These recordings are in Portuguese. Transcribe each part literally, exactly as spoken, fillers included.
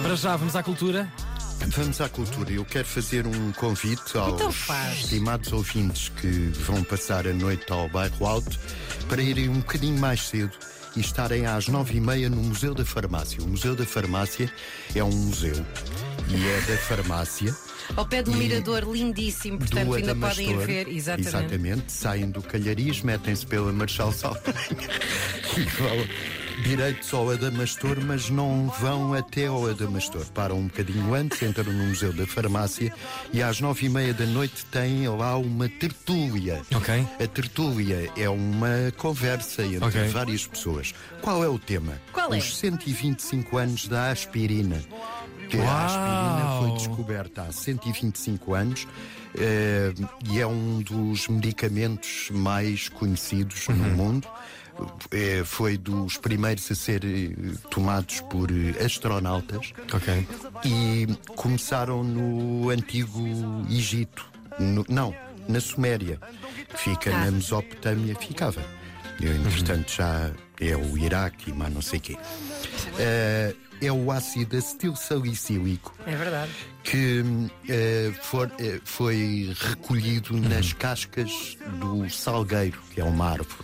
Para já, vamos à cultura? Vamos à cultura. Eu quero fazer um convite aos Então faz. estimados ouvintes que vão passar a noite ao Bairro Alto para irem um bocadinho mais cedo e estarem às nove e meia no Museu da Farmácia. O Museu da Farmácia é um museu e é da farmácia. Ao pé do E mirador lindíssimo, portanto do ainda podem ir Adamastor. ver. Exatamente. Exatamente. Saem do Calhariz, metem-se pela Marchal Saldanha e vão direitos ao Adamastor, mas não vão até ao Adamastor. Param um bocadinho antes, entram no Museu da Farmácia e às nove e meia da noite têm lá uma tertúlia. Ok. A tertúlia é uma conversa entre Ok. várias pessoas. Qual é o tema? Qual é? Os cento e vinte e cinco anos da aspirina. Que Uau! a aspirina foi descoberta há cento e vinte e cinco anos eh, e é um dos medicamentos mais conhecidos no mundo. Eh, foi dos primeiros a ser eh, tomados por eh, astronautas Ok. e começaram no antigo Egito. No- não, na Suméria, que fica Ah. na Mesopotâmia, ficava. Eu, entretanto, já é o Iraque e mais não sei o quê. Eh, é o ácido acetilsalicílico É verdade. que eh, for- eh, foi recolhido nas cascas do salgueiro, que é uma árvore.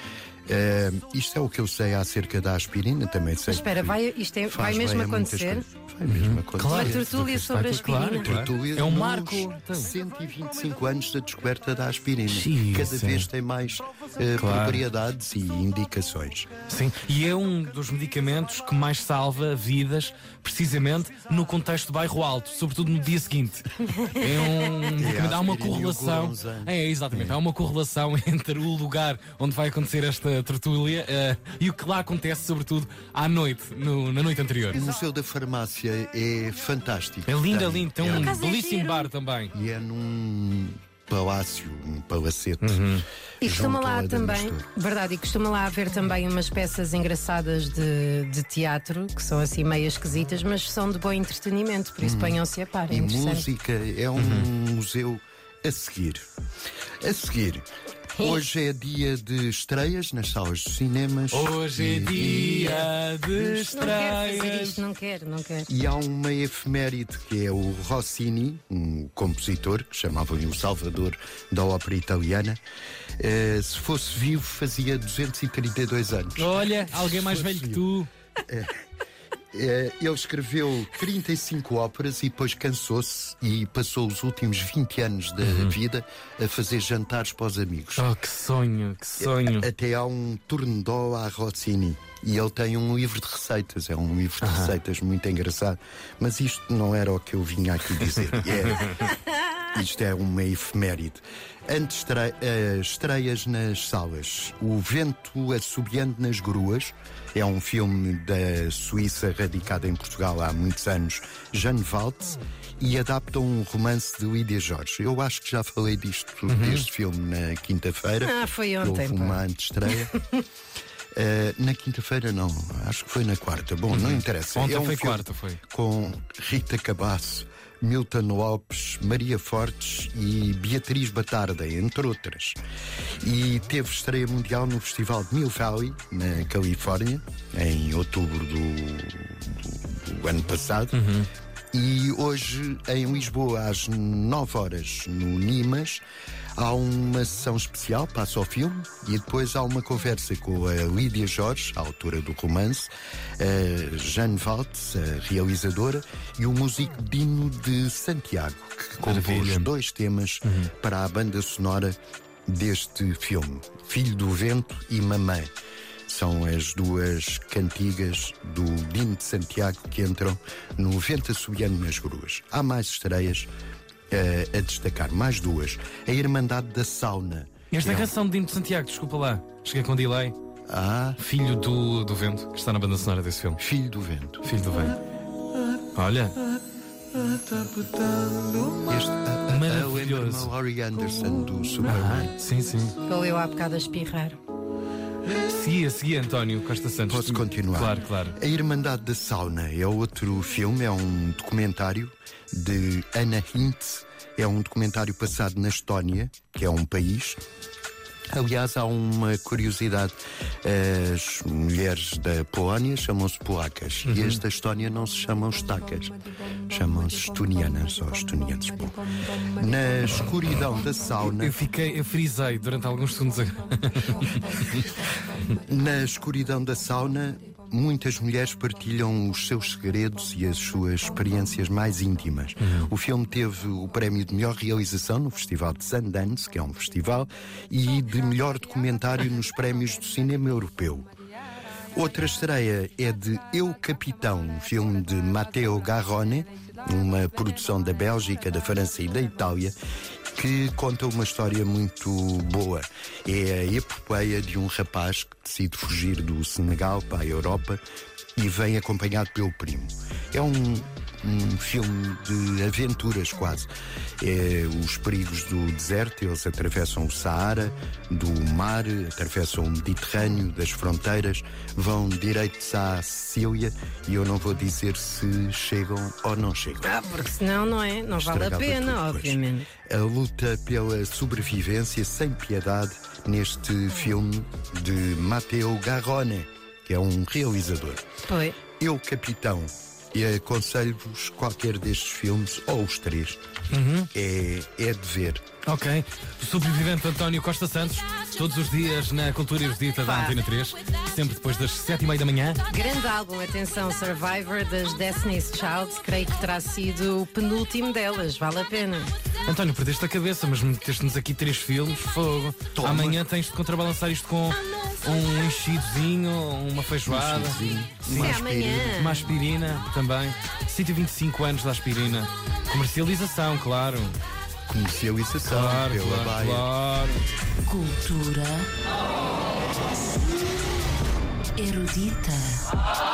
Eh, isto é o que eu sei acerca da aspirina, também sei. Mas espera, que vai, isto é- faz vai mesmo bem a muitas acontecer? coisas. Vai mesmo acontecer. Uma tertúlia sobre a Claro, aspirina. claro. Tertúlia É um nos marco. Então. cento e vinte e cinco anos da descoberta da aspirina. Sim, Cada sim. vez tem mais eh, Claro. propriedades e indicações. Sim, e é um dos medicamentos que mais salva vidas, precisamente no contexto do bairro alto, sobretudo no dia seguinte. É um medicamento, há uma aspirina e o correlação. Goronzan. É, exatamente, há uma correlação entre o lugar onde vai acontecer esta tertúlia eh, e o que lá acontece, sobretudo à noite, no- na noite anterior. O Museu da Farmácia é fantástico. É lindo, é Tem- lindo, tem é um Por acaso é belíssimo giro. bar também. E é num palácio, um palacete. E costuma junto lá ao também, Adamastor. verdade, e costuma lá haver também umas peças engraçadas de, de teatro, que são assim meio esquisitas, mas são de bom entretenimento, por isso ponham-se a par. É E interessante. música é um museu a seguir. A seguir. Hoje é dia de estreias nas salas de cinemas. Hoje é E- dia de Não quero fazer estreias. isto, não quero, não quero. E há uma efeméride que é o Rossini, um compositor que chamavam-lhe o Salvador da ópera italiana. Eh, se fosse vivo, fazia duzentos e trinta e dois anos. Olha, alguém mais velho que tu. Eh, ele escreveu trinta e cinco óperas e depois cansou-se e passou os últimos vinte anos da vida a fazer jantares para os amigos. Oh, que sonho, que sonho. Até há um Tournesol à Rossini e ele tem um livro de receitas, é um livro de receitas muito engraçado, mas isto não era o que eu vinha aqui dizer. É, isto é uma efeméride. Antes estre- eh, estreias nas salas, O Vento Assobiando nas Gruas, é um filme da Suíça radicado em Portugal há muitos anos, Jeanne Waltz, e adapta um romance de Lídia Jorge. Eu acho que já falei disto, deste filme na quinta-feira. Ah, foi que ontem, houve pá. uma antestreia. Uh, na quinta-feira não, acho que foi na quarta. Bom, não interessa. Ontem é um foi filme quarta, foi. com Rita Cabasso, Milton Lopes, Maria Fortes e Beatriz Batarda, entre outras. E teve estreia mundial no Festival de Mill Valley, na Califórnia, em outubro do, do- do ano passado. E hoje, em Lisboa, às nove horas, no Nimas, há uma sessão especial, passa o filme, e depois há uma conversa com a Lídia Jorge, a autora do romance, a Jeanne Waltz, a realizadora, e o músico Dino de Santiago, que compôs Maravilha. dois temas para a banda sonora deste filme, Filho do Vento e Mamã. São as duas cantigas do Dino de Santiago que entram no Vento Assobiando nas Gruas. Há mais estreias eh, a destacar, mais duas. A Irmandade da Sauna. Esta É um- canção de Dino de Santiago, desculpa lá, cheguei com delay. Ah, Filho do, do Vento, que está na banda sonora desse filme. Filho do Vento. Filho do Vento. Olha, Este, a, a, a Maravilhoso. lembra-me a Laurie Anderson do Superman. ah, sim, sim. Valeu há bocado a espirrar. Seguia, seguia, António Costa Santos. Posso continuar? Claro, claro. A Irmandade da Sauna é outro filme, é um documentário de Anna Hintz. É um documentário passado na Estónia, que é um país, Aliás, há uma curiosidade. As mulheres da Polónia chamam-se polacas, uhum. e as da Estónia não se chamam estacas, chamam-se estonianas ou estonianos. Bom, na escuridão da sauna... Eu fiquei, eu frisei durante alguns segundos. Na escuridão da sauna, muitas mulheres partilham os seus segredos e as suas experiências mais íntimas. Uhum. O filme teve o prémio de melhor realização no Festival de Sundance, que é um festival, e de melhor documentário nos prémios do cinema europeu. Outra estreia é de Eu Capitão, um filme de Matteo Garrone, uma produção da Bélgica, da França e da Itália, que conta uma história muito boa. É a epopeia de um rapaz que decide fugir do Senegal para a Europa e vem acompanhado pelo primo. É um, um filme de aventuras quase. É os perigos do deserto, eles atravessam o Saara, do mar, atravessam o Mediterrâneo, das fronteiras, vão direitos à Sicília e eu não vou dizer se chegam ou não chegam. Ah, porque senão não é, não vale a pena, obviamente. A luta pela sobrevivência sem piedade neste filme de Matteo Garrone, que é um realizador. Foi. Eu, Capitão, e aconselho-vos qualquer destes filmes, ou os três, uhum. é, é de ver. Ok. O sobrevivente António Costa Santos, todos os dias na Cultura Erudita da Antena três, sempre depois das sete e meia da manhã. Grande álbum, atenção, Survivor das Destiny's Child, creio que terá sido o penúltimo delas, vale a pena. António, perdeste a cabeça, mas meteste-nos aqui três filmes, fogo. Toma. Amanhã tens de contrabalançar isto com um enchidozinho, uma feijoada. Um Sim, uma amanhã. Uma aspirina também. cento e vinte e cinco anos da aspirina. Comercialização, claro. Comercialização, claro, pela claro, Baia. Claro. Cultura erudita.